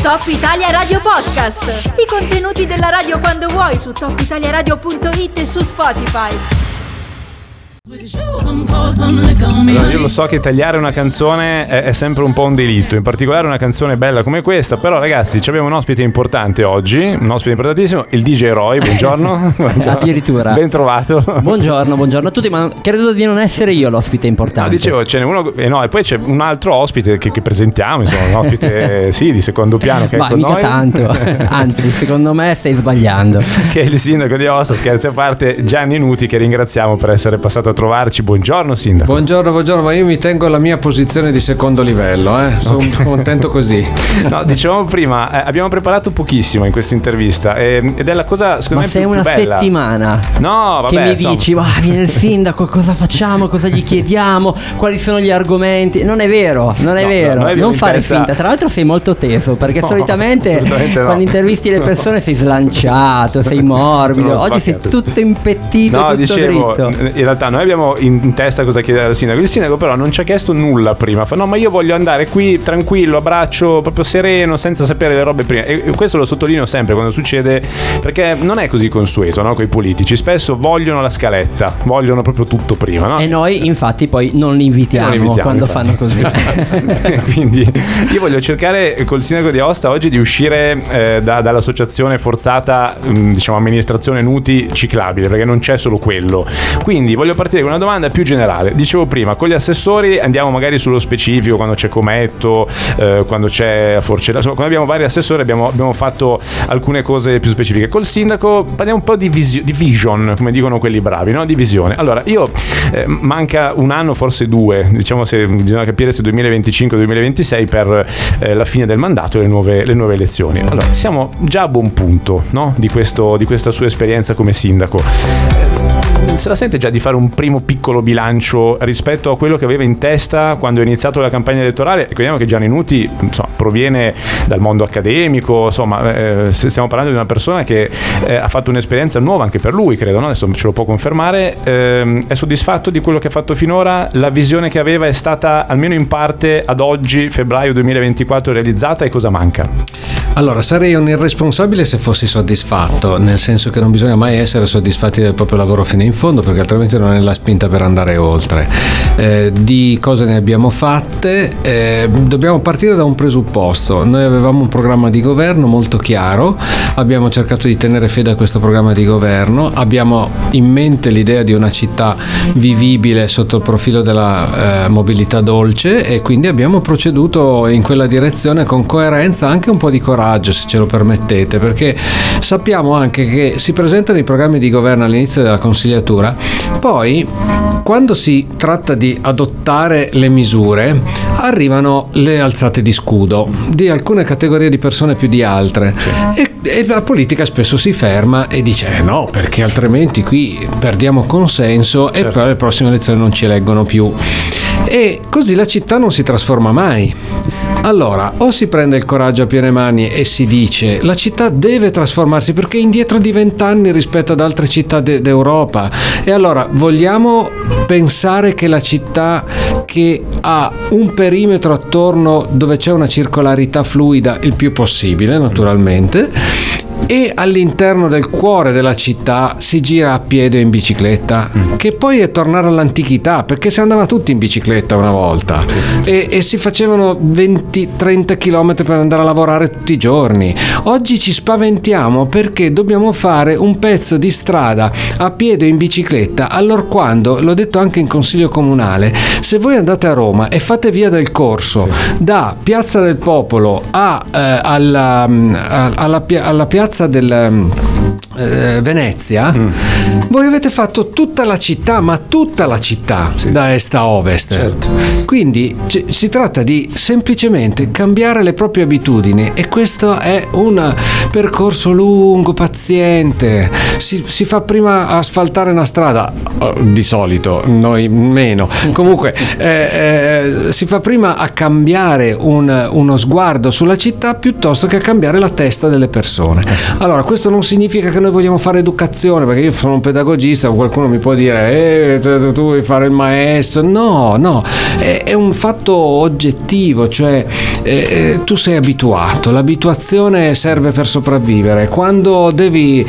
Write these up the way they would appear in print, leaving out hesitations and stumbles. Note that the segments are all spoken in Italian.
Top Italia Radio Podcast. I contenuti della radio quando vuoi su topitaliaradio.it e su Spotify. Allora, io lo so che tagliare una canzone è sempre un po' un delitto, in particolare una canzone bella come questa, però ragazzi abbiamo un ospite importante oggi, un ospite importantissimo, il DJ Roy, buongiorno. Buongiorno. Addirittura. Ben trovato. Buongiorno a tutti, ma credo di non essere io l'ospite importante. No, dicevo, ce n'è uno, e poi c'è un altro ospite che presentiamo, insomma, un ospite sì, di secondo piano che è con mica noi. Tanto, anzi secondo me stai sbagliando. Che è il sindaco di Aosta, scherzi a parte, Gianni Nuti, che ringraziamo per essere passato a trovarci. Buongiorno sindaco. Buongiorno, ma io mi tengo alla mia posizione di secondo livello, sono contento così. No, dicevamo prima, abbiamo preparato pochissimo in questa intervista ed è la cosa secondo me più bella. Ma sei una settimana no, vabbè, che mi insomma. dici, viene il sindaco, cosa facciamo, cosa gli chiediamo, quali sono gli argomenti. Non è vero, non fare finta. Tra l'altro sei molto teso, perché solitamente quando intervisti le persone sei slanciato, sei morbido. Oggi sei tutto impettito, tutto dicevo, dritto. In realtà noi abbiamo in testa cosa chiedere al sindaco. Il sindaco però non ci ha chiesto nulla prima. Fa no, ma io voglio andare qui tranquillo, a braccio, proprio sereno, senza sapere le robe prima. E questo lo sottolineo sempre quando succede, perché non è così consueto, no? Con i politici spesso vogliono la scaletta, vogliono proprio tutto prima, no? E noi infatti poi non li invitiamo quando fanno così. Quindi io voglio cercare col sindaco di Aosta oggi di uscire dall'associazione forzata, diciamo amministrazione Nuti ciclabile, perché non c'è solo quello. Quindi voglio partire con una domanda più generale. Dicevo prima, con gli assessori andiamo magari sullo specifico, quando c'è Cometto, quando c'è Forcella, insomma, quando abbiamo vari assessori abbiamo fatto alcune cose più specifiche. Col sindaco parliamo un po' di vision, come dicono quelli bravi, no? Di visione. Allora, io manca un anno, forse due, diciamo, se bisogna capire se 2025-2026 per la fine del mandato e le nuove elezioni. Allora, siamo già a buon punto, no? Di questa sua esperienza come sindaco. Se la sente già di fare un primo piccolo bilancio rispetto a quello che aveva in testa quando è iniziato la campagna elettorale? Ricordiamo che Gianni Nuti, insomma, proviene dal mondo accademico, insomma, stiamo parlando di una persona che ha fatto un'esperienza nuova anche per lui, credo, no? Adesso ce lo può confermare. È soddisfatto di quello che ha fatto finora? La visione che aveva è stata almeno in parte ad oggi, febbraio 2024, realizzata, e cosa manca? Allora, sarei un irresponsabile se fossi soddisfatto, nel senso che non bisogna mai essere soddisfatti del proprio lavoro fino in fondo, perché altrimenti non è la spinta per andare oltre. Di cose ne abbiamo fatte, dobbiamo partire da un presupposto. Noi avevamo un programma di governo molto chiaro, abbiamo cercato di tenere fede a questo programma di governo, abbiamo in mente l'idea di una città vivibile sotto il profilo della mobilità dolce, e quindi abbiamo proceduto in quella direzione con coerenza, anche un po' di coraggio, se ce lo permettete, perché sappiamo anche che si presentano i programmi di governo all'inizio della consigliatura, poi quando si tratta di adottare le misure arrivano le alzate di scudo di alcune categorie di persone più di altre, e la politica spesso si ferma e dice no, perché altrimenti qui perdiamo consenso e poi alle prossime elezioni non ci eleggono più, e così la città non si trasforma mai. Allora, o si prende il coraggio a piene mani e si dice la città deve trasformarsi perché è indietro di 20 anni rispetto ad altre città d'Europa, e allora vogliamo pensare che la città che ha un perimetro attorno dove c'è una circolarità fluida il più possibile, naturalmente, e all'interno del cuore della città si gira a piedi o in bicicletta, che poi è tornare all'antichità, perché si andava tutti in bicicletta una volta, e si facevano 20-30 km per andare a lavorare tutti i giorni. Oggi ci spaventiamo perché dobbiamo fare un pezzo di strada a piedi o in bicicletta, allorquando, l'ho detto anche in consiglio comunale, se voi andate a Roma e fate via del Corso da Piazza del Popolo alla piazza del Venezia, voi avete fatto tutta la città, ma tutta la città, da est a ovest. Certo. Quindi si tratta di semplicemente cambiare le proprie abitudini, e questo è un percorso lungo, paziente. Si fa prima asfaltare una strada, di solito, noi meno, comunque si fa prima a cambiare uno sguardo sulla città piuttosto che a cambiare la testa delle persone. Allora, questo non significa che noi vogliamo fare educazione, perché io sono un pedagogista, qualcuno mi può dire tu vuoi fare il maestro. No, è un fatto oggettivo, cioè tu sei abituato, l'abituazione serve per sopravvivere. Quando devi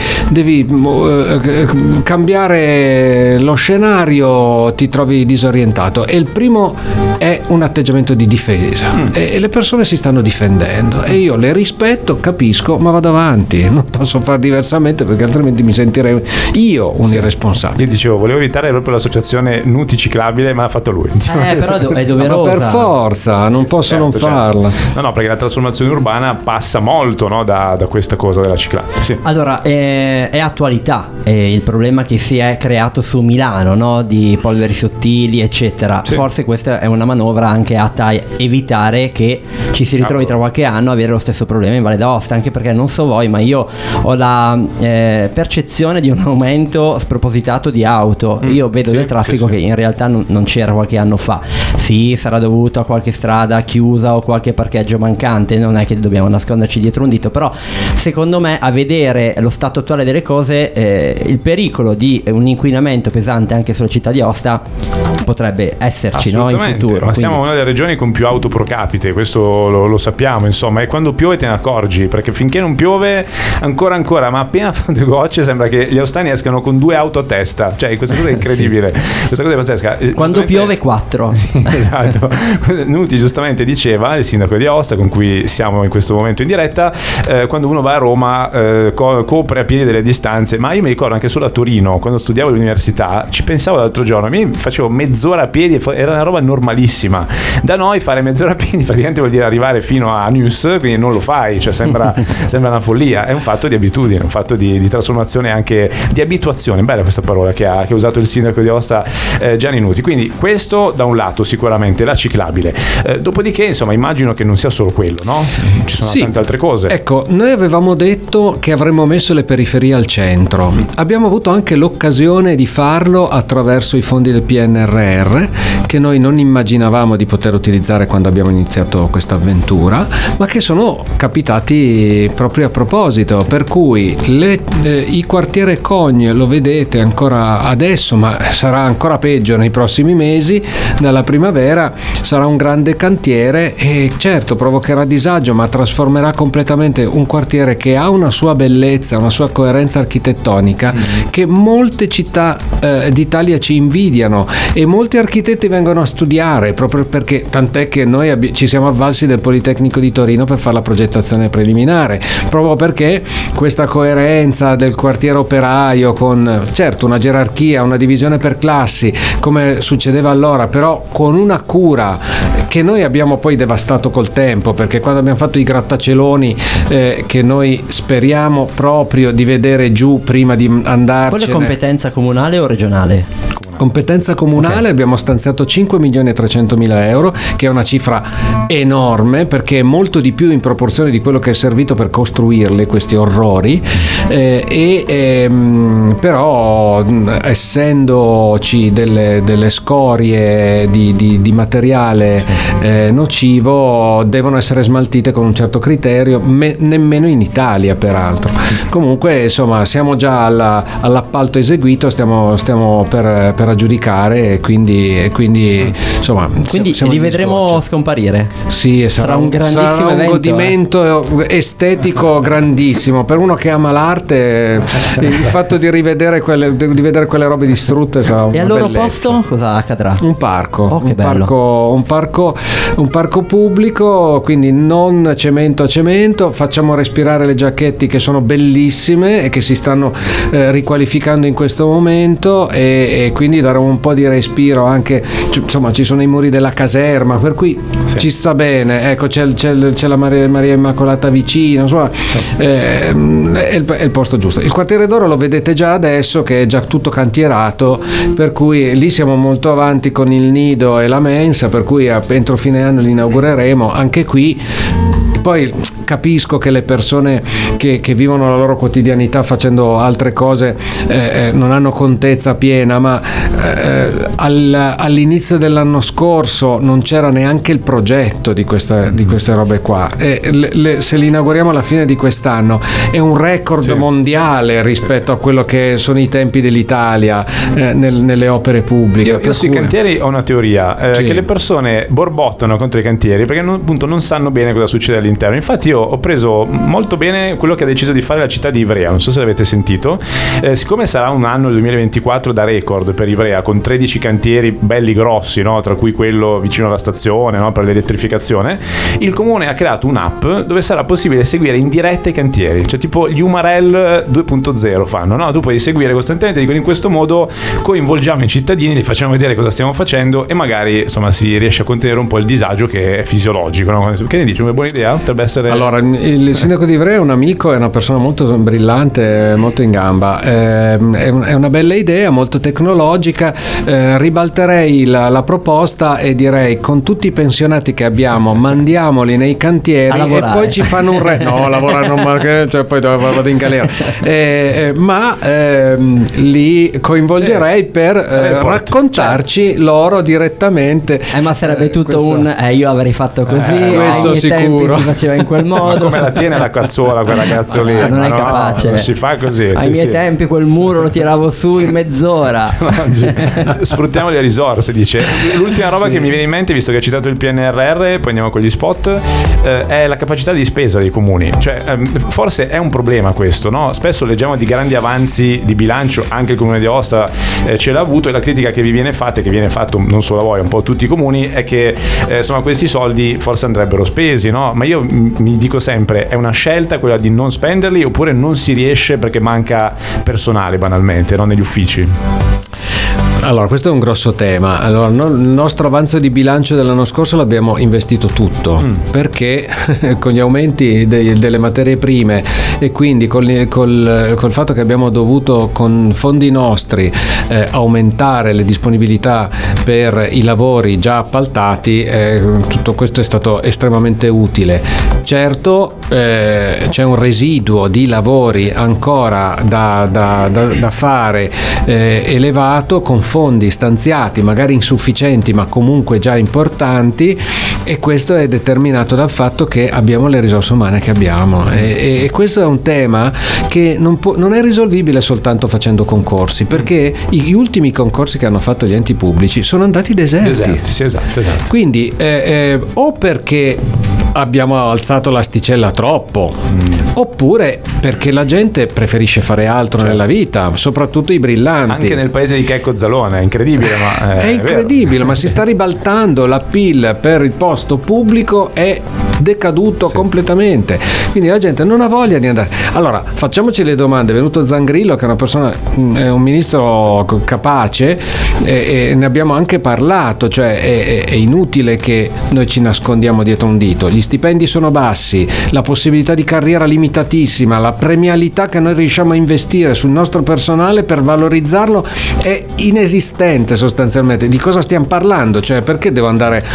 cambiare lo scenario ti trovi disorientato, e il primo è un atteggiamento di difesa e le persone si stanno difendendo e io le rispetto, capisco, ma vado avanti, non posso fare diversamente perché altrimenti mi sentirei io un irresponsabile. Io dicevo, volevo evitare proprio l'associazione Nuti Ciclabile, ma l'ha fatto lui. Però è doverosa. Ma per forza, non posso non farla. No, perché la trasformazione urbana passa molto, no, da questa cosa della ciclabile. Sì. Allora, è attualità, è il problema che si è creato su Milano, no? Di polveri sottili, eccetera. Sì. Forse questa è una manovra anche atta a evitare che ci si ritrovi tra qualche anno a avere lo stesso problema in Valle d'Aosta, anche perché non so voi, ma io ho la percezione di un aumento spropositato di auto. Io vedo del traffico che in realtà non c'era qualche anno fa. Sì, sarà dovuto a qualche strada chiusa o qualche parcheggio mancante, non è che dobbiamo nasconderci dietro un dito, però secondo me, a vedere lo stato attuale delle cose, il pericolo di un inquinamento pesante anche sulla città di Aosta potrebbe esserci, no, in futuro. Ma siamo una delle regioni con più auto pro capite, questo lo sappiamo, insomma, e quando piove te ne accorgi, perché finché non piove ancora, ma appena fanno 2 gocce sembra che gli aostani escano con 2 auto a testa, cioè questa cosa è incredibile. Questa cosa è pazzesca. Quando piove 4. Sì, esatto. Nuti giustamente diceva, il sindaco di Aosta con cui siamo in questo momento in diretta, quando uno va a Roma copre a piedi delle distanze, ma io mi ricordo anche solo a Torino, quando studiavo all'università, ci pensavo l'altro giorno, mi facevo mezz'ora a piedi, era una roba normalissima. Da noi fare mezz'ora a piedi praticamente vuol dire arrivare fino a News, quindi non lo fai, cioè sembra una follia. È un fatto di abitudine, un fatto di trasformazione, anche di abituazione. Bella questa parola che ha usato il sindaco di Aosta, Gianni Nuti. Quindi questo da un lato sicuramente la ciclabile, dopodiché insomma immagino che non sia solo quello, no? Ci sono tante altre cose. Ecco, noi avevamo detto che avremmo messo le periferie al centro, abbiamo avuto anche l'occasione di farlo attraverso i fondi del PNRR, che noi non immaginavamo di poter utilizzare quando abbiamo iniziato questa avventura, ma che sono capitati proprio a proposito, per cui i quartiere Cogne, lo vedete ancora adesso, ma sarà ancora peggio nei prossimi mesi, dalla primavera sarà un grande cantiere e certo provocherà disagio, ma trasformerà completamente un quartiere che ha una sua bellezza, una sua coerenza architettonica che molte città d'Italia ci invidiano e molti architetti vengono a studiare, proprio perché, tant'è che noi ci siamo avvalsi del Politecnico di Torino per fare la progettazione preliminare, proprio perché questa coerenza del quartiere operaio con certo una gerarchia, una divisione per classi come succedeva allora, però con una cura che noi abbiamo poi devastato col tempo, perché quando abbiamo fatto i grattacieloni che noi speriamo proprio di vedere giù prima di andarcene. Quella è competenza comunale o regionale? Competenza comunale, okay. Abbiamo stanziato 5.300.000 euro, che è una cifra enorme perché è molto di più in proporzione di quello che è servito per costruirli questi orrori, però essendoci delle scorie di materiale nocivo, devono essere smaltite con un certo criterio, nemmeno in Italia peraltro. Comunque insomma siamo già all'appalto eseguito, stiamo per aggiudicare e quindi insomma li vedremo scomparire. Sì, sarà un grandissimo evento, godimento estetico grandissimo per uno che ama l'arte. Il fatto di vedere quelle robe distrutte sarà una e al loro bellezza. Posto cosa accadrà? Un parco, un parco pubblico, quindi non cemento a cemento. Facciamo respirare le giacchetti che sono bellissime e che si stanno riqualificando in questo momento e quindi dare un po' di respiro anche, insomma ci sono i muri della caserma, per cui ci sta bene, ecco, c'è la Maria Immacolata vicino, insomma è il posto giusto. Il quartiere d'oro lo vedete già adesso che è già tutto cantierato, per cui lì siamo molto avanti con il nido e la mensa, per cui entro fine anno li inaugureremo anche qui. Poi capisco che le persone che vivono la loro quotidianità facendo altre cose, non hanno contezza piena, ma all'inizio dell'anno scorso non c'era neanche il progetto di queste robe qua, e se li inauguriamo alla fine di quest'anno è un record mondiale rispetto a quello che sono i tempi dell'Italia nelle opere pubbliche. Io sui cantieri ho una teoria, che le persone borbottano contro i cantieri perché appunto non sanno bene cosa succede all'interno. Infatti io ho preso molto bene quello che ha deciso di fare la città di Ivrea, non so se l'avete sentito, siccome sarà un anno, il 2024, da record per Ivrea, con 13 cantieri belli grossi, no? Tra cui quello vicino alla stazione, no? Per l'elettrificazione, il comune ha creato un'app dove sarà possibile seguire in diretta i cantieri, cioè tipo gli Umarell 2.0 fanno, no? Tu puoi seguire costantemente, dicono, in questo modo coinvolgiamo i cittadini, li facciamo vedere cosa stiamo facendo e magari insomma si riesce a contenere un po' il disagio che è fisiologico, no? Che ne dici? Una buona idea? Potrebbe essere... Allora, il sindaco di Ivrea è un amico, è una persona molto brillante, molto in gamba, è una bella idea, molto tecnologica. Ribalterei la proposta e direi: con tutti i pensionati che abbiamo, mandiamoli nei cantieri e poi ci fanno un no, lavorano cioè poi vado in galera, ma li coinvolgerei per raccontarci loro direttamente. Ma sarebbe tutto io avrei fatto così, questo sicuro si faceva in quel modo. Ma come la tiene la cazzuola quel ragazzo lì? Non è capace, non si fa così. Ai miei tempi quel muro lo tiravo su in mezz'ora. Sfruttiamo le risorse, dice. L'ultima roba che mi viene in mente, visto che hai citato il PNRR, poi andiamo con gli spot, è la capacità di spesa dei comuni. Cioè forse è un problema questo, no? Spesso leggiamo di grandi avanzi di bilancio, anche il comune di Aosta ce l'ha avuto, e la critica che vi viene fatta, e che viene fatto non solo a voi, un po' a tutti i comuni, è che insomma questi soldi forse andrebbero spesi, no? Ma io mi dico sempre, è una scelta quella di non spenderli, oppure non si riesce perché manca personale, banalmente, no? Negli uffici. Allora, questo è un grosso tema. Allora, il nostro avanzo di bilancio dell'anno scorso l'abbiamo investito tutto, perché con gli aumenti delle materie prime e quindi col fatto che abbiamo dovuto con fondi nostri aumentare le disponibilità per i lavori già appaltati, tutto questo è stato estremamente utile. Certo, c'è un residuo di lavori ancora da fare elevato, con fondi stanziati magari insufficienti ma comunque già importanti, e questo è determinato dal fatto che abbiamo le risorse umane che abbiamo, e questo è un tema che non è risolvibile soltanto facendo concorsi, perché gli ultimi concorsi che hanno fatto gli enti pubblici sono andati deserti. Sì, esatto. Quindi o perché abbiamo alzato l'asticella troppo, oppure perché la gente preferisce fare altro nella vita, soprattutto i brillanti. Anche nel paese di Checco Zalone, è incredibile, ma è incredibile, ma si sta ribaltando. L'appeal per il posto pubblico è decaduto completamente, quindi la gente non ha voglia di andare. Allora, facciamoci le domande. È venuto Zangrillo, che è una persona, è un ministro capace, e ne abbiamo anche parlato, cioè è inutile che noi ci nascondiamo dietro un dito. Gli stipendi sono bassi, la possibilità di carriera limitatissima, la premialità che noi riusciamo a investire sul nostro personale per valorizzarlo è inesistente sostanzialmente. Di cosa stiamo parlando? Cioè, perché devo andare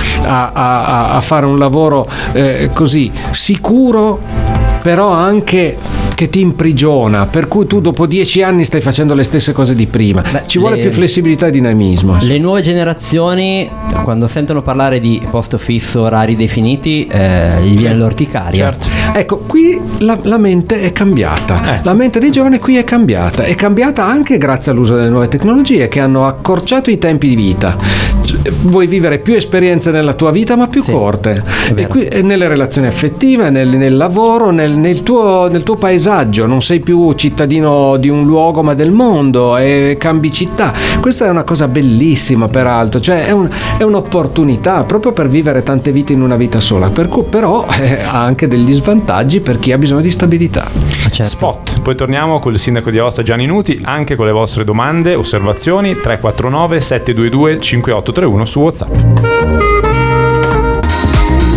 a fare un lavoro così sicuro, però anche che ti imprigiona, per cui tu dopo 10 anni stai facendo le stesse cose di prima? Ci vuole più flessibilità e dinamismo. Le nuove generazioni, quando sentono parlare di posto fisso, orari definiti, gli viene l'orticaria. Certo. Ecco, qui la mente è cambiata. La mente dei giovani qui è cambiata anche grazie all'uso delle nuove tecnologie, che hanno accorciato i tempi di vita. Vuoi vivere più esperienze nella tua vita, ma più corte, e qui nelle relazioni affettive, nel lavoro, nel tuo paesaggio. Non sei più cittadino di un luogo ma del mondo, e cambi città. Questa è una cosa bellissima, peraltro, cioè è un'opportunità proprio per vivere tante vite in una vita sola, per cui però ha anche degli svantaggi per chi ha bisogno di stabilità. Certo. Spot. Poi torniamo con il sindaco di Aosta, Gianni Nuti, anche con le vostre domande, osservazioni. 349 722 5831 su WhatsApp.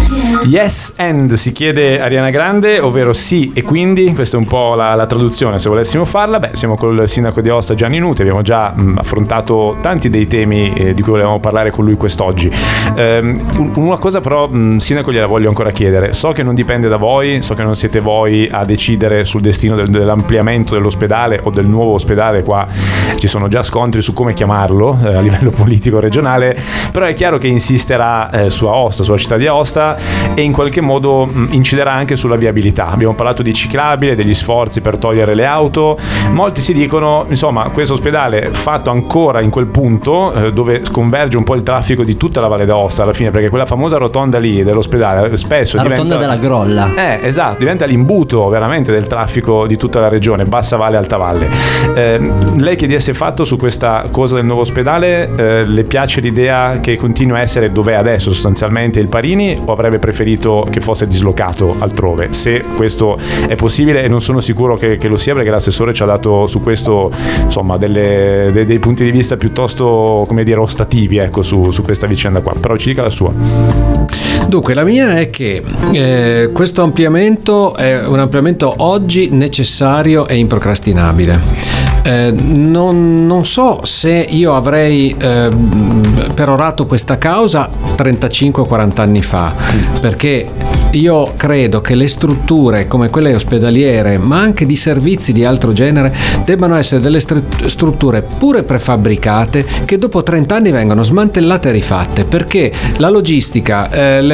Yes and si chiede Ariana Grande, ovvero sì e quindi, questa è un po' la traduzione se volessimo farla. Siamo col sindaco di Aosta Gianni Nuti, abbiamo già affrontato tanti dei temi di cui volevamo parlare con lui quest'oggi. Una cosa però, sindaco, gliela voglio ancora chiedere. So che non dipende da voi, so che non siete voi a decidere sul destino dell'ampliamento dell'ospedale o del nuovo ospedale, qua ci sono già scontri su come chiamarlo a livello politico regionale, però è chiaro che insisterà su Aosta, sulla città di Aosta, e in qualche modo inciderà anche sulla viabilità. Abbiamo parlato di ciclabile, degli sforzi per togliere le auto. Molti si dicono, insomma, questo ospedale fatto ancora in quel punto dove sconverge un po' il traffico di tutta la Valle d'Aosta alla fine, perché quella famosa rotonda lì dell'ospedale spesso la rotonda della Grolla, esatto, diventa l'imbuto veramente del traffico di tutta la regione, Bassa Valle, Alta Valle. Lei che di essere fatto su questa cosa del nuovo ospedale, le piace l'idea che continua a essere dov'è adesso, sostanzialmente il Parini, o avrebbe preferito che fosse dislocato altrove? Se questo è possibile, e non sono sicuro che lo sia, perché l'assessore ci ha dato su questo, insomma, dei punti di vista piuttosto, come dire, ostativi, ecco, su questa vicenda qua. Però ci dica la sua. Dunque, la mia è che questo ampliamento è un ampliamento oggi necessario e improcrastinabile. Non so se io avrei perorato questa causa 35-40 anni fa, perché io credo che le strutture come quelle ospedaliere, ma anche di servizi di altro genere, debbano essere delle strutture pure prefabbricate che dopo 30 anni vengono smantellate e rifatte, perché la logistica,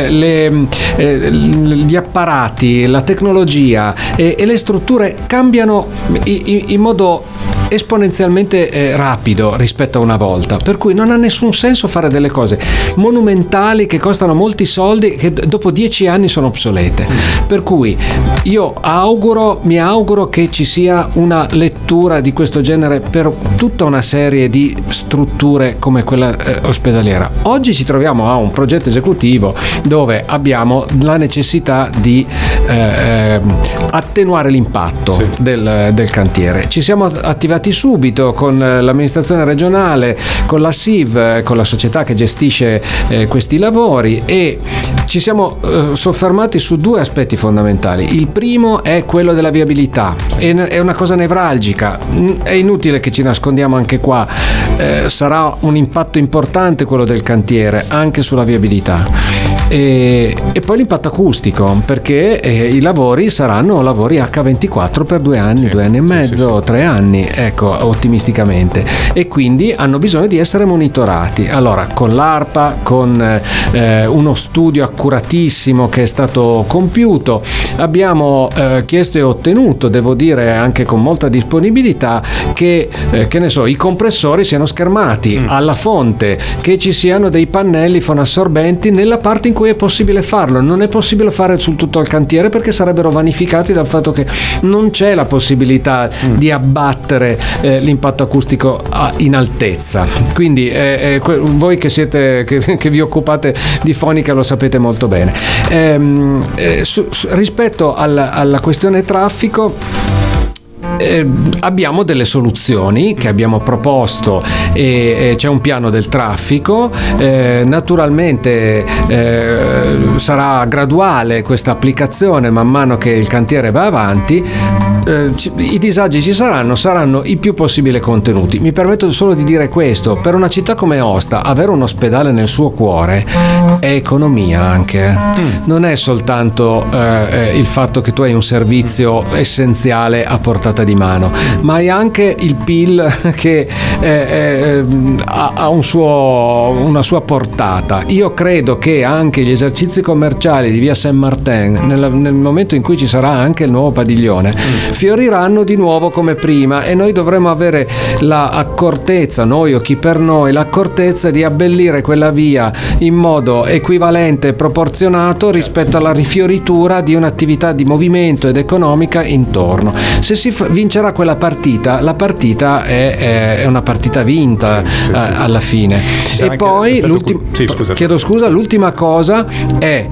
gli apparati, la tecnologia e le strutture cambiano in modo esponenzialmente rapido rispetto a una volta, per cui non ha nessun senso fare delle cose monumentali che costano molti soldi, che dopo 10 anni sono obsolete. Per cui io mi auguro che ci sia una lettura di questo genere per tutta una serie di strutture come quella ospedaliera. Oggi ci troviamo a un progetto esecutivo dove abbiamo la necessità di attenuare l'impatto del cantiere. Ci siamo attivati subito con l'amministrazione regionale, con la SIV, con la società che gestisce questi lavori, e ci siamo soffermati su due aspetti fondamentali. Il primo è quello della viabilità, è una cosa nevralgica, è inutile che ci nascondiamo anche qua, sarà un impatto importante quello del cantiere anche sulla viabilità. E poi l'impatto acustico, perché i lavori saranno lavori H24 per 2 anni, 2 anni e mezzo, 3 anni, ecco, ottimisticamente, e quindi hanno bisogno di essere monitorati. Allora, con l'ARPA, con uno studio accuratissimo che è stato compiuto, abbiamo chiesto e ottenuto, devo dire anche con molta disponibilità, che ne so, i compressori siano schermati alla fonte, che ci siano dei pannelli fonoassorbenti nella parte in cui è possibile farlo. Non è possibile fare su tutto il cantiere perché sarebbero vanificati dal fatto che non c'è la possibilità di abbattere l'impatto acustico in altezza. Quindi voi che vi occupate di fonica lo sapete molto bene. Rispetto alla questione traffico, abbiamo delle soluzioni che abbiamo proposto, e c'è un piano del traffico, naturalmente sarà graduale questa applicazione man mano che il cantiere va avanti. I disagi ci saranno il più possibile contenuti. Mi permetto solo di dire questo: per una città come Aosta avere un ospedale nel suo cuore è economia anche, non è soltanto il fatto che tu hai un servizio essenziale a portata di mano, ma hai anche il PIL che ha una sua portata. Io credo che anche gli esercizi commerciali di via Saint-Martin, nel momento in cui ci sarà anche il nuovo padiglione, fioriranno di nuovo come prima, e noi dovremo avere l'accortezza, noi o chi per noi, l'accortezza di abbellire quella via in modo equivalente e proporzionato rispetto alla rifioritura di un'attività di movimento ed economica intorno. Se si vincerà quella partita, la partita è una partita vinta alla fine. E poi l'ultima cosa è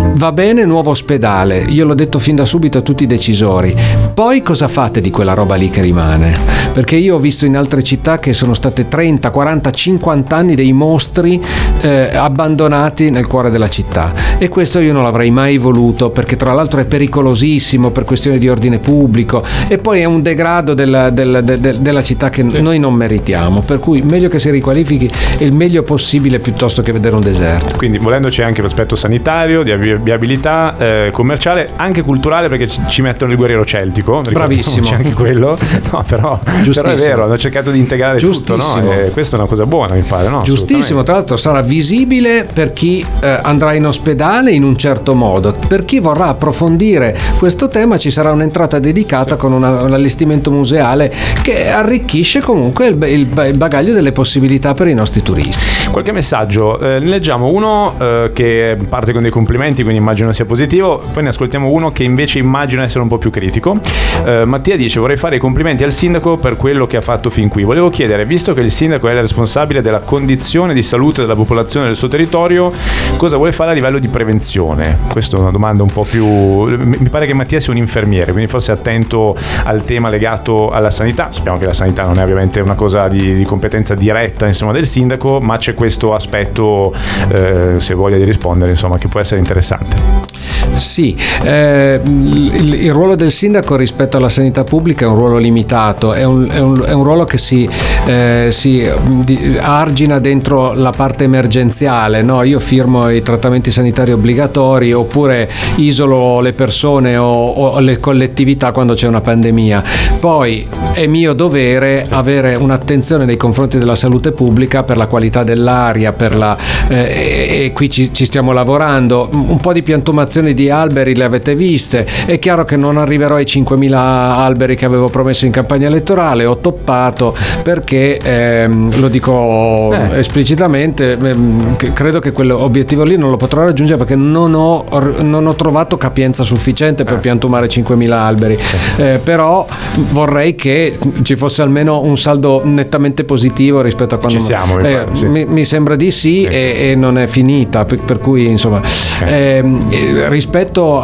va bene, nuovo ospedale, io l'ho detto fin da subito a tutti i decisori, poi cosa fate di quella roba lì che rimane? Perché io ho visto in altre città che sono state 30, 40, 50 anni dei mostri abbandonati nel cuore della città, e questo io non l'avrei mai voluto, perché tra l'altro è pericolosissimo per questioni di ordine pubblico e poi è un degrado della città che noi non meritiamo, per cui meglio che si riqualifichi il meglio possibile piuttosto che vedere un deserto. Quindi volendoci anche l'aspetto sanitario, di viabilità, commerciale, anche culturale, perché ci mettono il guerriero celtico, bravissimo, c'è anche quello, no, però è vero, hanno cercato di integrare tutto, no? E questa è una cosa buona, mi pare, no? Giustissimo, tra l'altro sarà visibile per chi andrà in ospedale in un certo modo, per chi vorrà approfondire questo tema ci sarà un'entrata dedicata con un allestimento museale che arricchisce comunque il bagaglio delle possibilità per i nostri turisti. Qualche messaggio, ne leggiamo uno che parte con dei complimenti, quindi immagino sia positivo, poi ne ascoltiamo uno che invece immagino essere un po' più critico. Mattia dice: vorrei fare i complimenti al sindaco per quello che ha fatto fin qui. Volevo chiedere, visto che il sindaco è il responsabile della condizione di salute della popolazione del suo territorio, cosa vuole fare a livello di prevenzione? Questa è una domanda un po' più... Mi pare che Mattia sia un infermiere, quindi forse attento al tema legato alla sanità. Sappiamo che la sanità non è ovviamente una cosa di competenza diretta, insomma, del sindaco, ma c'è questo aspetto, se voglia di rispondere, insomma, che può essere interessante. Sì, il ruolo del sindaco rispetto alla sanità pubblica è un ruolo limitato, è un ruolo che si argina dentro la parte emergenziale, no? Io firmo i trattamenti sanitari obbligatori oppure isolo le persone o le collettività quando c'è una pandemia. Poi è mio dovere avere un'attenzione nei confronti della salute pubblica per la qualità dell'aria, e qui ci stiamo lavorando. Un po' di piantumazioni di alberi le avete viste, è chiaro che non arriverò ai 5.000 alberi che avevo promesso in campagna elettorale, ho toppato perché lo dico esplicitamente, credo che quell'obiettivo lì non lo potrò raggiungere perché non ho trovato capienza sufficiente per piantumare 5.000 alberi, però vorrei che ci fosse almeno un saldo nettamente positivo rispetto a quando ci siamo, mi sembra di sì, e non è finita, per cui insomma rispetto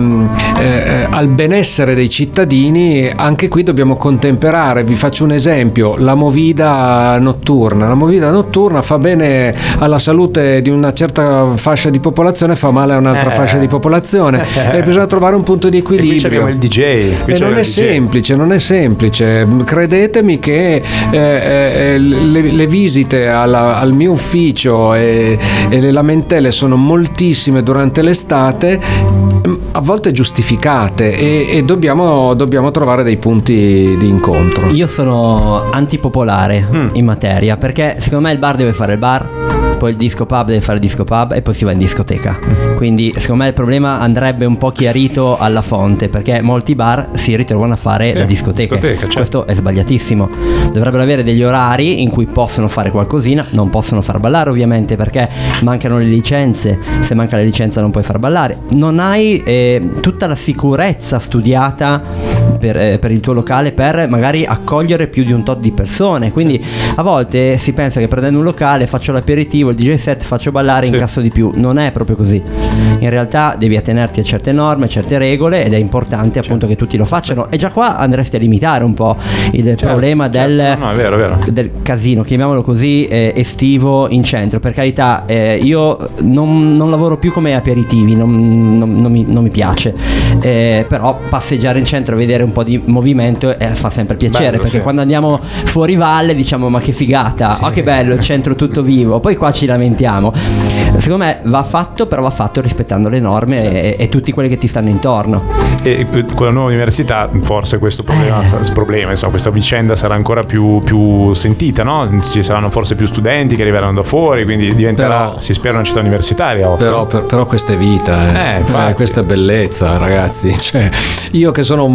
al benessere dei cittadini, anche qui dobbiamo contemperare. Vi faccio un esempio: la movida notturna fa bene alla salute di una certa fascia di popolazione, fa male a un'altra fascia di popolazione, e bisogna trovare un punto di equilibrio. E qui abbiamo il DJ, e non è semplice, credetemi che le visite al mio ufficio e le lamentele sono moltissime durante l'estate, a volte giustificate, e dobbiamo trovare dei punti di incontro. Io sono antipopolare in materia, perché secondo me il bar deve fare il bar, poi il disco pub deve fare il disco pub e poi si va in discoteca. Quindi secondo me il problema andrebbe un po' chiarito alla fonte, perché molti bar si ritrovano a fare la discoteca, certo. Questo è sbagliatissimo. Dovrebbero avere degli orari in cui possono fare qualcosina, non possono far ballare ovviamente perché mancano le licenze, se manca la licenza non puoi far ballare, non hai tutta la sicurezza studiata per il tuo locale per magari accogliere più di un tot di persone. Quindi a volte si pensa che prendendo un locale faccio l'aperitivo, il DJ set, faccio ballare, incasso di più. Non è proprio così. In realtà devi attenerti a certe norme, certe regole, ed è importante appunto che tutti lo facciano. E già qua andresti a limitare un po' il problema del casino, chiamiamolo così, estivo in centro. Per carità, io non lavoro più come aperitivi, non mi piace, però passeggiare in centro e vedere un po' di movimento fa sempre piacere. Bello, perché quando andiamo fuori valle diciamo ma che figata, che bello, il centro tutto vivo, poi qua ci lamentiamo. Secondo me va fatto, però va fatto rispettando le norme e tutti quelli che ti stanno intorno. E con la nuova università forse questo problema, insomma, questa vicenda sarà ancora più sentita, no? Ci saranno forse più studenti che arriveranno da fuori, quindi diventerà, si spera, una città universitaria. Però questa è vita, questa è bellezza, ragazzi. Cioè, io che sto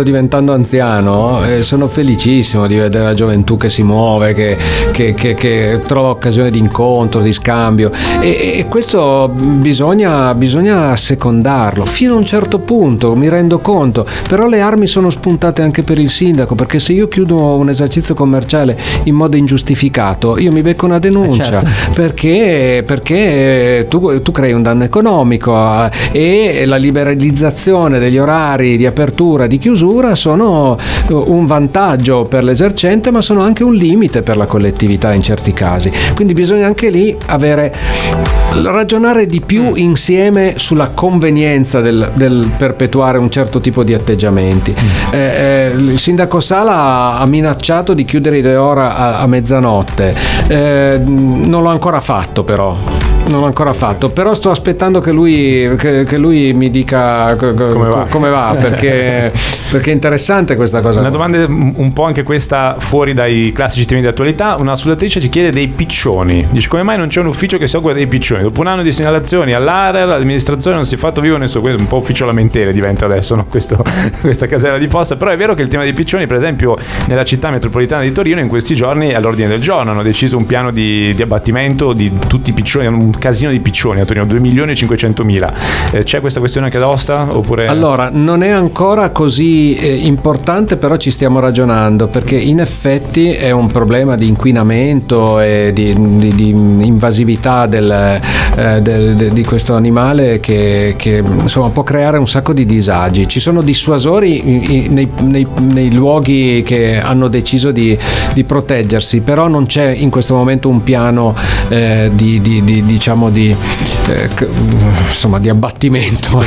sto diventando anziano, sono felicissimo di vedere la gioventù che si muove, che trova occasione di incontro, di scambio, e questo bisogna secondarlo fino a un certo punto, mi rendo conto. Però le armi sono spuntate anche per il sindaco, perché se io chiudo un esercizio commerciale in modo ingiustificato, io mi becco una denuncia, perché tu crei un danno economico, e la liberalizzazione degli orari di apertura, di chiusura sono un vantaggio per l'esercente, ma sono anche un limite per la collettività in certi casi. Quindi bisogna anche lì ragionare di più insieme sulla convenienza del perpetuare un certo tipo di atteggiamenti. Il sindaco Sala ha minacciato di chiudere le ore a mezzanotte, non l'ho ancora fatto, però sto aspettando che lui mi dica come va, perché è interessante questa cosa. Una domanda un po' anche questa fuori dai classici temi di attualità. Una ascoltatrice ci chiede dei piccioni, dice: come mai non c'è un ufficio che si occupa dei piccioni? Dopo un anno di segnalazioni all'ARER, l'amministrazione non si è fatto vivo nessuno. Un po' ufficio lamentele diventa adesso, no? Questa casella di posta. Però è vero che il tema dei piccioni, per esempio nella città metropolitana di Torino, in questi giorni è all'ordine del giorno. Hanno deciso un piano di abbattimento di tutti i piccioni, un casino di piccioni a Torino, 2.500.000. C'è questa questione anche ad Aosta? Oppure... Allora, non è ancora così importante, però ci stiamo ragionando, perché in effetti è un problema di inquinamento e di invasività di questo animale che insomma può creare un sacco di disagi. Ci sono dissuasori nei luoghi che hanno deciso di proteggersi, però non c'è in questo momento un piano di abbattimento,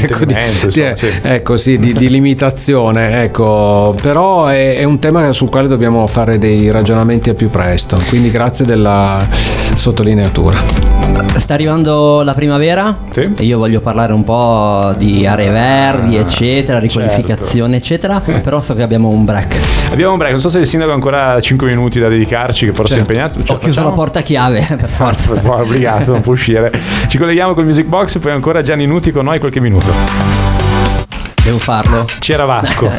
di limitazione, ecco. Però è un tema sul quale dobbiamo fare dei ragionamenti a più presto, quindi grazie della sottolineatura. Sta arrivando la primavera, sì, e io voglio parlare un po' di aree verdi, eccetera, riqualificazione, eccetera. Però so che abbiamo un break. Non so se il sindaco ha ancora 5 minuti da dedicarci, che forse è impegnato. Ho chiuso la porta a chiave, per forza. Obbligato, non può uscire. Ci colleghiamo col Music Box e poi ancora Gianni Nuti con noi qualche minuto. Devo farlo? C'era Vasco.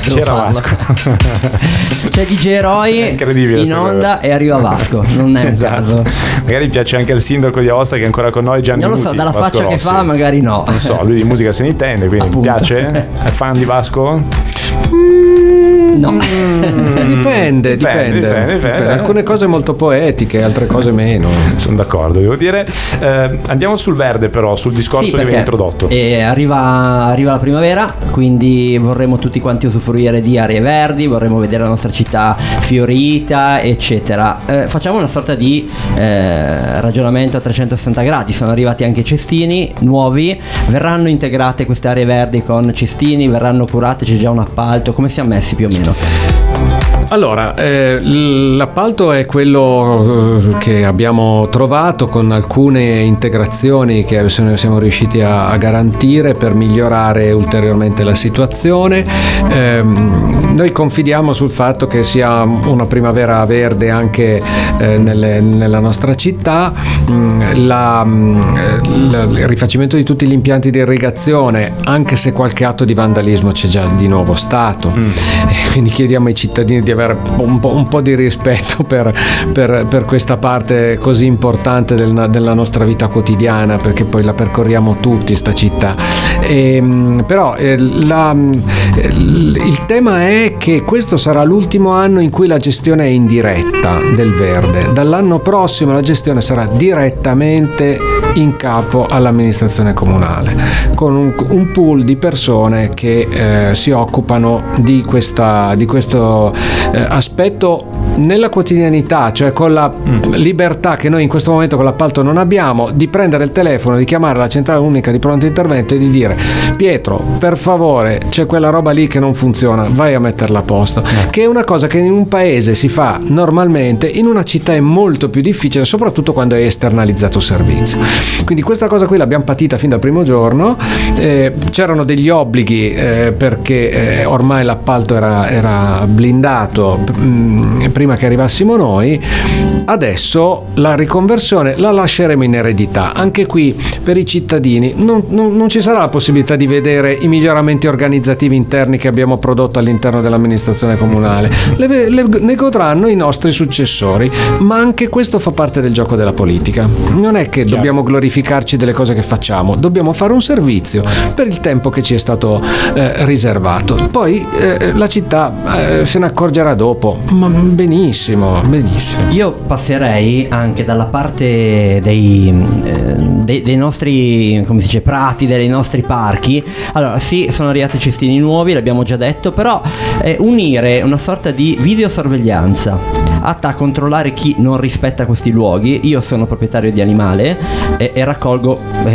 C'è DJ Eroi in onda e arriva Vasco. Non è un caso. Magari piace anche al sindaco di Aosta che è ancora con noi, Gianni Nuti. Non lo so, dalla Vasco faccia Rossi. che fa magari no. Non so, lui di musica se ne intende, quindi appunto. Piace? È fan di Vasco? No. Dipende. Alcune cose molto poetiche, altre cose meno. Sono d'accordo, devo dire. Andiamo sul verde, però, sul discorso che avevi introdotto. Arriva la primavera, quindi vorremmo tutti quanti usufruire di aree verdi, vorremmo vedere la nostra città fiorita, eccetera. Facciamo una sorta di ragionamento a 360 gradi. Sono arrivati anche cestini nuovi, verranno integrate queste aree verdi con cestini, verranno curate, c'è già un appalto. Come siamo messi più o meno? Allora, l'appalto è quello che abbiamo trovato, con alcune integrazioni che siamo riusciti a garantire per migliorare ulteriormente la situazione. Noi confidiamo sul fatto che sia una primavera verde anche nella nostra città. Il rifacimento di tutti gli impianti di irrigazione, anche se qualche atto di vandalismo c'è già di nuovo stato, quindi chiediamo ai cittadini di avere un po' di rispetto per questa parte così importante della nostra vita quotidiana, perché poi la percorriamo tutti sta città. Però il tema è che questo sarà l'ultimo anno in cui la gestione è indiretta del verde. Dall'anno prossimo la gestione sarà direttamente in capo all'amministrazione comunale, con un pool di persone che si occupano di questo aspetto nella quotidianità, cioè con la libertà che noi in questo momento con l'appalto non abbiamo, di prendere il telefono, di chiamare la centrale unica di pronto intervento e di dire: Pietro, per favore, c'è quella roba lì che non funziona, vai a metterla a posto. Che è una cosa che in un paese si fa normalmente, in una città è molto più difficile, soprattutto quando hai esternalizzato il servizio. Quindi questa cosa qui l'abbiamo patita fin dal primo giorno. C'erano degli obblighi perché ormai l'appalto era blindato prima che arrivassimo noi. Adesso la riconversione la lasceremo in eredità. Anche qui per i cittadini non ci sarà la possibilità di vedere i miglioramenti organizzativi interni che abbiamo prodotto all'interno dell'amministrazione comunale. Ne godranno i nostri successori, ma anche questo fa parte del gioco della politica. Non è che dobbiamo glorificarci delle cose che facciamo, dobbiamo fare un servizio per il tempo che ci è stato riservato. Poi la città se ne accorgerà dopo, ma benissimo. Io passerei anche dalla parte dei nostri, come si dice, prati, dei nostri parchi. Allora sì, sono arrivati cestini nuovi, l'abbiamo già detto, però unire una sorta di videosorveglianza atta a controllare chi non rispetta questi luoghi. Io sono proprietario di animale e raccolgo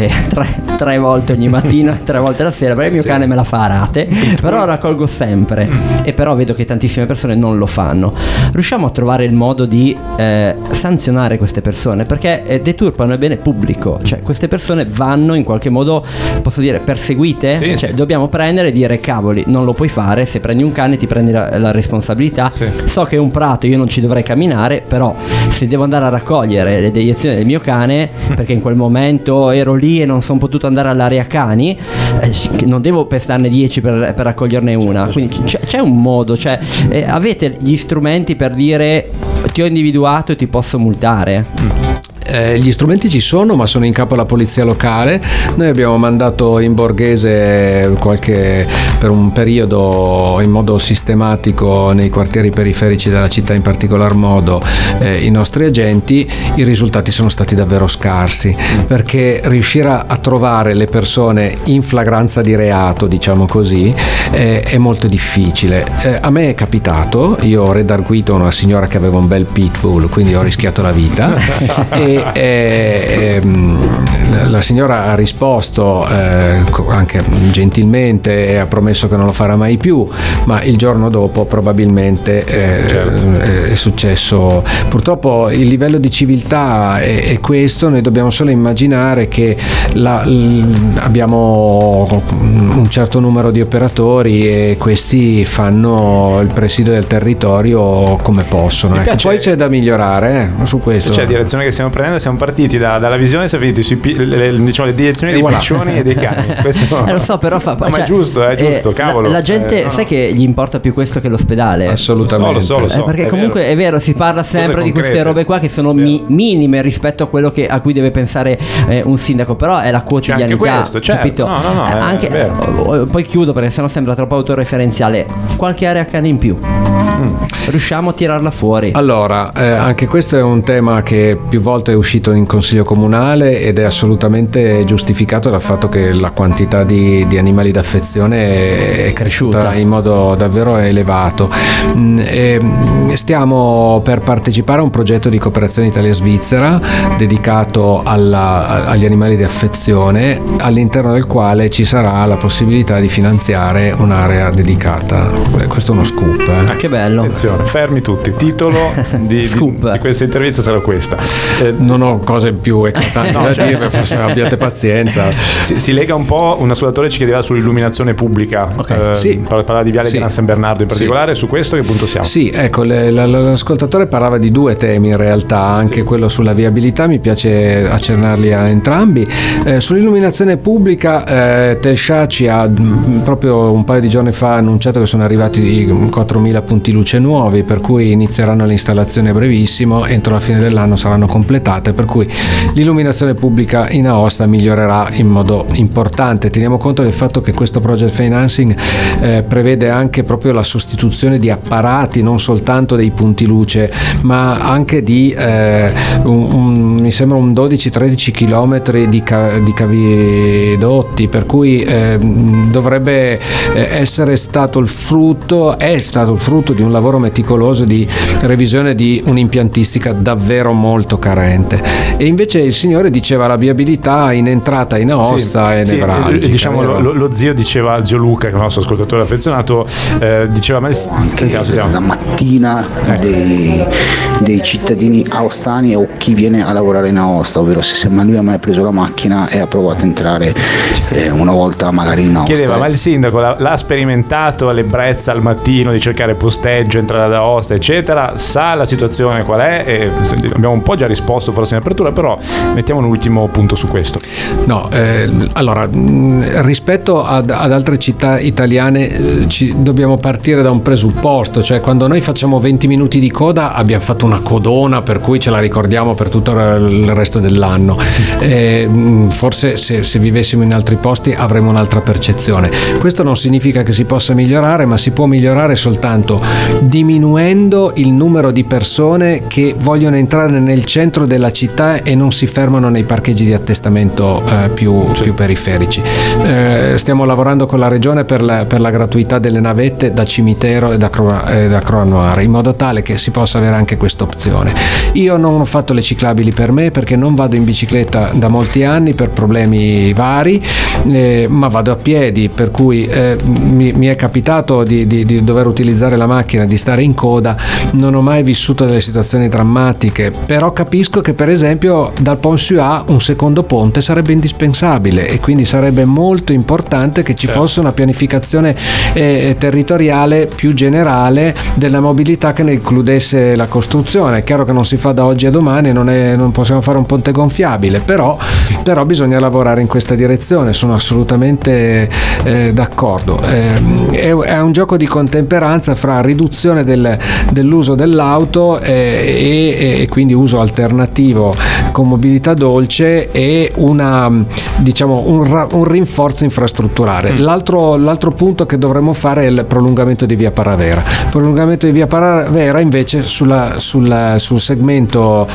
3 volte ogni mattina e 3 volte la sera, perché il mio cane me la fa a rate, però raccolgo sempre, e però vedo che tantissime persone non lo fanno. Riusciamo a trovare il modo di sanzionare queste persone, perché deturpano il bene pubblico, cioè queste persone vanno in qualche modo, posso dire, perseguite. Cioè dobbiamo prendere e dire: cavoli, non lo puoi fare, se prendi un cane ti prendi la responsabilità. So che è un prato, io non ci dovrei camminare, però se devo andare a raccogliere le deiezioni del mio cane perché in quel momento ero lì e non sono potuto andare all'area cani, non devo pestarne 10 per raccoglierne una. Quindi c'è un modo, cioè avete gli strumenti per dire: ti ho individuato e ti posso multare? Gli strumenti ci sono, ma sono in capo alla polizia locale. Noi abbiamo mandato in Borghese per un periodo in modo sistematico nei quartieri periferici della città, in particolar modo i nostri agenti. I risultati sono stati davvero scarsi, perché riuscire a trovare le persone in flagranza di reato, diciamo così, è molto difficile. A me è capitato, io ho redarguito una signora che aveva un bel pitbull, quindi ho rischiato la vita e la signora ha risposto anche gentilmente e ha promesso che non lo farà mai più, ma il giorno dopo probabilmente è successo. Purtroppo il livello di civiltà è questo. Noi dobbiamo solo immaginare che abbiamo un certo numero di operatori e questi fanno il presidio del territorio come possono. Poi c'è da migliorare su questo. C'è la direzione che stiamo prendendo. Siamo partiti dalla visione, siamo finiti le direzioni dei piccioni e dei cani. Questo lo so, però ma è giusto, cavolo. La gente sai che gli importa più questo che l'ospedale? Assolutamente. Lo so, perché comunque è vero, si parla sempre di queste robe qua che sono minime rispetto a quello a cui deve pensare un sindaco, però è la quotidianità. C'è anche questo, certo. Capito? No, anche, poi chiudo perché sennò sembra troppo autoreferenziale. Qualche area cani in più riusciamo a tirarla fuori? Allora, anche questo è un tema che più volte è uscito in consiglio comunale ed è assolutamente giustificato dal fatto che la quantità di animali d'affezione è cresciuta in modo davvero elevato. Stiamo per partecipare a un progetto di cooperazione Italia-Svizzera dedicato agli animali di affezione, all'interno del quale ci sarà la possibilità di finanziare un'area dedicata. Questo è uno scoop. Che bello. Attenzione, fermi tutti. Titolo di questa intervista sarà questa. Non ho cose più eclatanti da dire, forse abbiate pazienza. Si lega un po', un ascoltatore ci chiedeva sull'illuminazione pubblica. Parlava di Viale di San Bernardo in particolare. Su questo che punto siamo? Sì, ecco, l'ascoltatore parlava di 2 temi in realtà, anche quello sulla viabilità, mi piace accennarli a entrambi. Sull'illuminazione pubblica Telscia ci ha proprio un paio di giorni fa annunciato che sono arrivati 4.000 punti luce nuovi, per cui inizieranno l'installazione a brevissimo, entro la fine dell'anno saranno completate, per cui l'illuminazione pubblica in Aosta migliorerà in modo importante. Teniamo conto del fatto che questo project financing prevede anche proprio la sostituzione di apparati, non soltanto dei punti luce, ma anche di mi sembra un 12-13 chilometri di cavidotti, per cui dovrebbe essere stato il frutto di un lavoro meticoloso di revisione di un'impiantistica davvero molto carente. importante. E invece il signore diceva la viabilità in entrata in Aosta è nevralgica. Diciamo lo zio diceva, zio Luca, che è il nostro ascoltatore affezionato, diceva la mattina dei cittadini aostani o chi viene a lavorare in Aosta, ovvero se lui ha mai preso la macchina e ha provato a entrare una volta magari in Aosta. Chiedeva, ma il sindaco l'ha sperimentato all'ebbrezza al mattino di cercare posteggio, entrare ad Aosta eccetera, sa la situazione qual è? E abbiamo un po' già risposto forse in apertura, però mettiamo un ultimo punto su questo. No, allora rispetto ad altre città italiane dobbiamo partire da un presupposto, cioè quando noi facciamo 20 minuti di coda abbiamo fatto una codona per cui ce la ricordiamo per tutto il resto dell'anno. Forse se vivessimo in altri posti avremo un'altra percezione. Questo non significa che si possa migliorare, ma si può migliorare soltanto diminuendo il numero di persone che vogliono entrare nel centro della città e non si fermano nei parcheggi di attestamento più periferici. Stiamo lavorando con la regione per la gratuità delle navette da Cimitero e da Croanoire, in modo tale che si possa avere anche questa opzione. Io non ho fatto le ciclabili per me perché non vado in bicicletta da molti anni per problemi vari, ma vado a piedi, per cui mi è capitato di dover utilizzare la macchina, di stare in coda. Non ho mai vissuto delle situazioni drammatiche, però capisco che per esempio dal Pont Suat un secondo ponte sarebbe indispensabile e quindi sarebbe molto importante che ci fosse una pianificazione territoriale più generale della mobilità che ne includesse la costruzione. È chiaro che non si fa da oggi a domani, non possiamo fare un ponte gonfiabile, però bisogna lavorare in questa direzione, sono assolutamente d'accordo. È un gioco di contemperanza fra riduzione dell'uso dell'auto e quindi uso alternativo con mobilità dolce e un rinforzo infrastrutturale. L'altro punto che dovremmo fare è il prolungamento di via Paravera. Il prolungamento di via Paravera invece sul segmento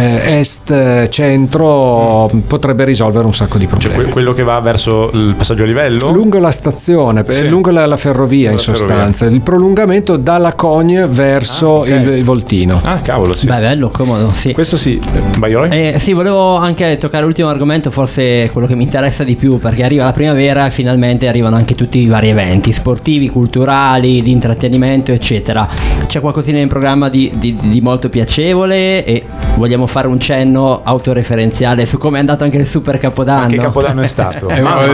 est-centro potrebbe risolvere un sacco di problemi. Quello che va verso il passaggio a livello? Lungo la stazione, lungo la ferrovia in sostanza. Il prolungamento dalla Cogne verso il Voltino. Ah, cavolo, sì. Beh, bello, comodo, sì. Questo sì. Vai, sì, volevo anche toccare l'ultimo argomento, forse quello che mi interessa di più, perché arriva la primavera e finalmente arrivano anche tutti i vari eventi sportivi, culturali, di intrattenimento, eccetera. C'è qualcosina in programma di molto piacevole e vogliamo fare un cenno autoreferenziale su come è andato anche il Super Capodanno. Che Capodanno è stato?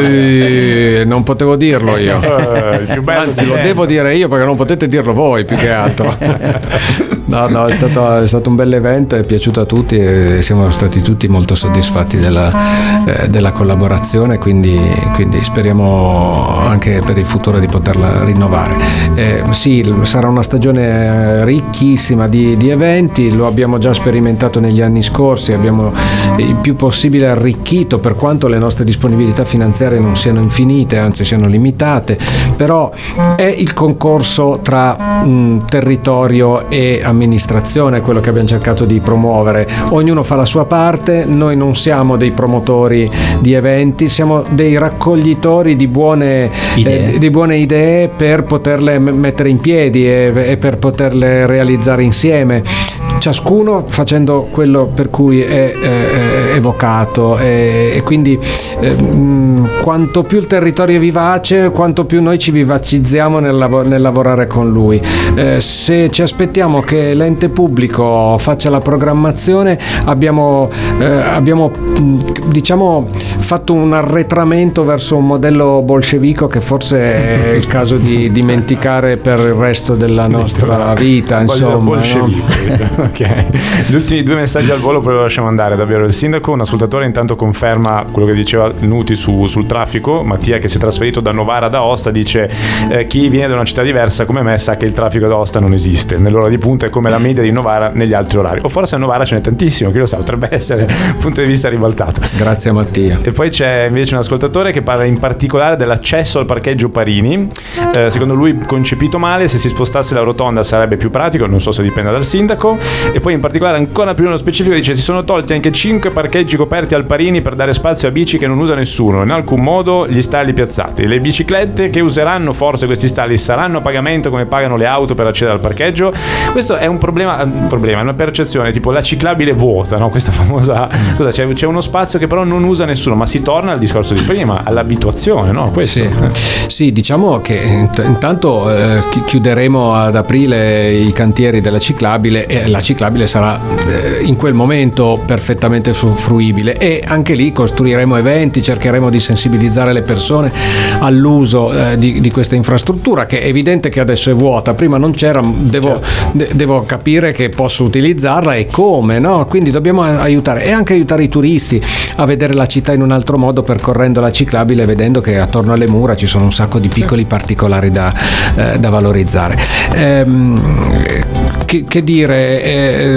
Non potevo dirlo io. Il più bello. Anzi, lo devo dire io perché non potete dirlo voi più che altro. No, è stato un bel evento, è piaciuto a tutti e siamo stati tutti molto soddisfatti della collaborazione, quindi speriamo anche per il futuro di poterla rinnovare. Sì, sarà una stagione ricchissima di eventi, lo abbiamo già sperimentato negli anni scorsi, abbiamo il più possibile arricchito, per quanto le nostre disponibilità finanziarie non siano infinite, anzi siano limitate, però è il concorso tra territorio e amministrazione quello che abbiamo cercato di promuovere. Ognuno fa la sua parte, noi non siamo dei promotori di eventi, siamo dei raccoglitori di buone idee per poterle mettere in piedi e per poterle realizzare insieme, ciascuno facendo quello per cui è evocato, e quindi quanto più il territorio è vivace, quanto più noi ci vivacizziamo nel lavorare con lui. Se ci aspettiamo che l'ente pubblico faccia la programmazione, abbiamo diciamo fatto un arretramento verso un modello bolscevico che forse è il caso di dimenticare per il resto della nostra vita, insomma, no? Ok. Gli ultimi due messaggi al volo poi lo lasciamo andare. Davvero, il sindaco, un ascoltatore, intanto conferma quello che diceva Nuti sul traffico. Mattia, che si è trasferito da Novara ad Aosta, dice chi viene da una città diversa come me sa che il traffico ad Aosta non esiste, nell'ora di punta è come la media di Novara negli altri orari, o forse a Novara ce n'è tantissimo, chi lo sa, potrebbe essere un punto di vista ribaltato. Grazie a Mattia. E poi c'è invece un ascoltatore che parla in particolare dell'accesso al parcheggio Parini. Secondo lui concepito male, se si spostasse la rotonda sarebbe più pratico, non so se dipende dal sindaco. E poi in particolare ancora più nello specifico dice: si sono tolti anche 5 parcheggi coperti al Parini per dare spazio a bici che non usa nessuno, in alcun modo gli stalli piazzati. Le biciclette che useranno forse questi stalli saranno a pagamento come pagano le auto per accedere al parcheggio. Questo è un problema, è una percezione, tipo la ciclabile vuota, no? Questa famosa cosa, c'è uno spazio che però non usa nessuno, ma si torna al discorso di prima, all'abituazione, no? Questo. Sì, diciamo che intanto chiuderemo ad aprile i cantieri della ciclabile e la ciclabile sarà in quel momento perfettamente fruibile, e anche lì costruiremo eventi, cercheremo di sensibilizzare le persone all'uso di questa infrastruttura, che è evidente che adesso è vuota, prima non c'era, devo capire che posso utilizzarla e come, no? Quindi dobbiamo aiutare, e anche aiutare i turisti a vedere la città in un altro modo, percorrendo la ciclabile, vedendo che attorno alle mura ci sono un sacco di piccoli particolari da valorizzare. Che dire,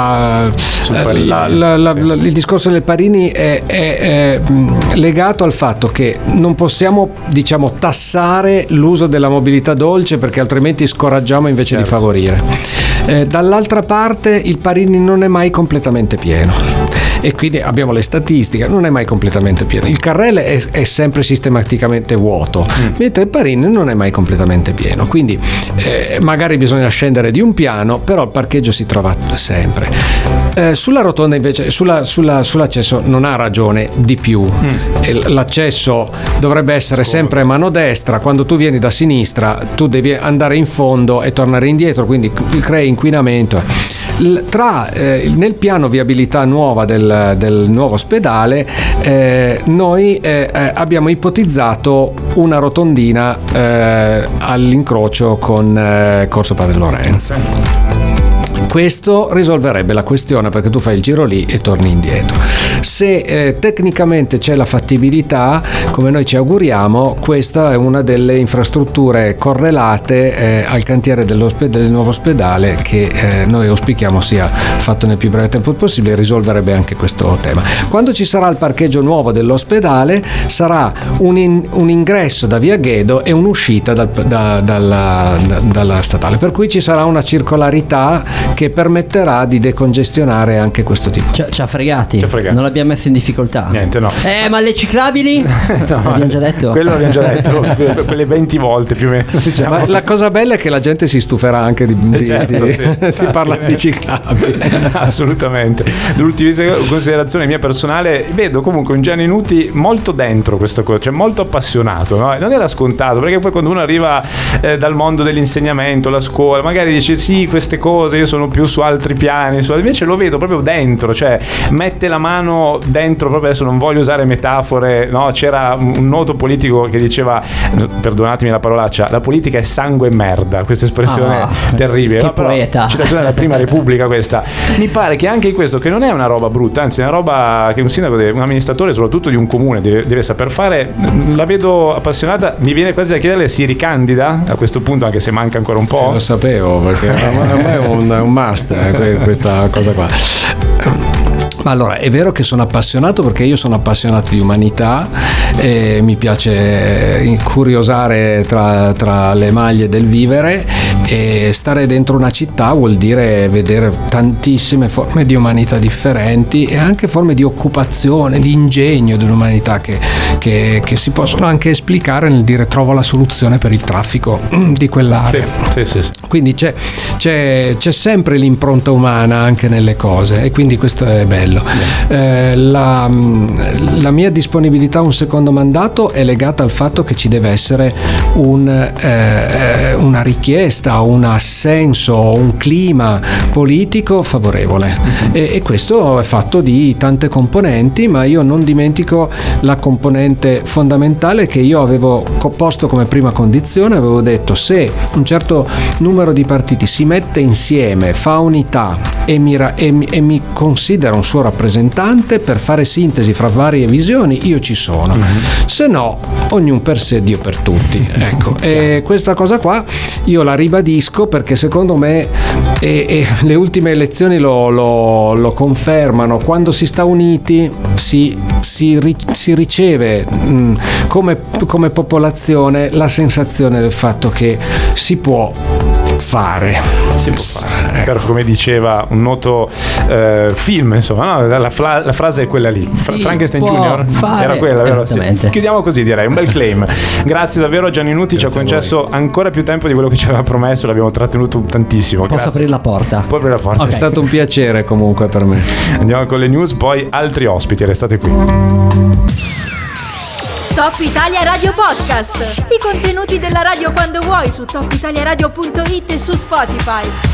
il discorso del Parini è legato al fatto che non possiamo, diciamo, tassare l'uso della mobilità dolce, perché altrimenti scoraggiamo invece di favorire. Dall'altra parte il Parini non è mai completamente pieno, e quindi abbiamo le statistiche, non è mai completamente pieno. Il carrello è sempre sistematicamente vuoto, mentre il Parini non è mai completamente pieno, quindi magari bisogna scendere di un piano, però il parcheggio si trova sempre. Sulla rotonda invece, sull'accesso non ha ragione di più. L'accesso dovrebbe essere sempre a mano destra, quando tu vieni da sinistra tu devi andare in fondo e tornare indietro, quindi crei inquinamento. Nel piano viabilità nuova del nuovo ospedale noi abbiamo ipotizzato una rotondina all'incrocio con Corso Padre Lorenzo. Questo risolverebbe la questione, perché tu fai il giro lì e torni indietro. Se tecnicamente c'è la fattibilità, come noi ci auguriamo, questa è una delle infrastrutture correlate al cantiere del nuovo ospedale, che noi auspichiamo sia fatto nel più breve tempo possibile, e risolverebbe anche questo tema. Quando ci sarà il parcheggio nuovo dell'ospedale, sarà un ingresso da via Ghedo e un'uscita dalla statale, per cui ci sarà una circolarità che permetterà di decongestionare anche questo tipo. Ci ha fregati. Non l'abbiamo messo in difficoltà. Niente, no. Ma le ciclabili? No, l'abbiamo già detto. Quello l'abbiamo già detto quelle 20 volte più o meno, diciamo. Ma la cosa bella è che la gente si stuferà anche di parlare di ciclabili. Assolutamente. L'ultima considerazione mia personale: vedo comunque un Gianni Nuti molto dentro questa cosa, cioè molto appassionato, no? Non era scontato, perché poi quando uno arriva dal mondo dell'insegnamento, la scuola, magari dice sì, queste cose io sono più su altri piani, invece lo vedo proprio dentro, cioè mette la mano dentro, proprio. Adesso non voglio usare metafore, no? C'era un noto politico che diceva, perdonatemi la parolaccia, la politica è sangue e merda, questa espressione terribile, che no? poeta. Citazione della Prima Repubblica questa. Mi pare che anche in questo, che non è una roba brutta, anzi è una roba che un sindaco, un amministratore soprattutto di un comune deve saper fare. La vedo appassionata, mi viene quasi da chiederle: si ricandida a questo punto, anche se manca ancora un po'? Lo sapevo, perché a me è un must questa cosa qua. Ma allora, è vero che sono appassionato, perché io sono appassionato di umanità e mi piace curiosare tra le maglie del vivere, e stare dentro una città vuol dire vedere tantissime forme di umanità differenti, e anche forme di occupazione, di ingegno dell'umanità che si possono anche esplicare nel dire: trovo la soluzione per il traffico di quell'area. Sì. Quindi c'è sempre l'impronta umana anche nelle cose, e quindi questo è bello. La mia disponibilità a un secondo mandato è legata al fatto che ci deve essere una richiesta, un assenso, un clima politico favorevole, e questo è fatto di tante componenti, ma io non dimentico la componente fondamentale che io avevo posto come prima condizione. Avevo detto: se un certo numero di partiti si mette insieme, fa unità e mi considera un suo rappresentante per fare sintesi fra varie visioni, io ci sono. Se no, ognuno per sé, Dio per tutti. Ecco. E questa cosa qua io la ribadisco perché secondo me e le ultime elezioni lo confermano. Quando si sta uniti si riceve come popolazione la sensazione del fatto che si può fare. Come diceva un noto film, insomma, no? La frase è quella lì. Frankenstein Junior era quella, vero? Sì. Chiudiamo così, direi, un bel claim. Grazie davvero a Gianni Nuti, ci ha concesso ancora più tempo di quello che ci aveva promesso, l'abbiamo trattenuto tantissimo. Posso aprire la porta? Puoi aprire la porta. Okay. È stato un piacere comunque per me. Andiamo con le news, poi altri ospiti, restate qui. Top Italia Radio Podcast. I contenuti della radio quando vuoi su topitaliaradio.it e su Spotify.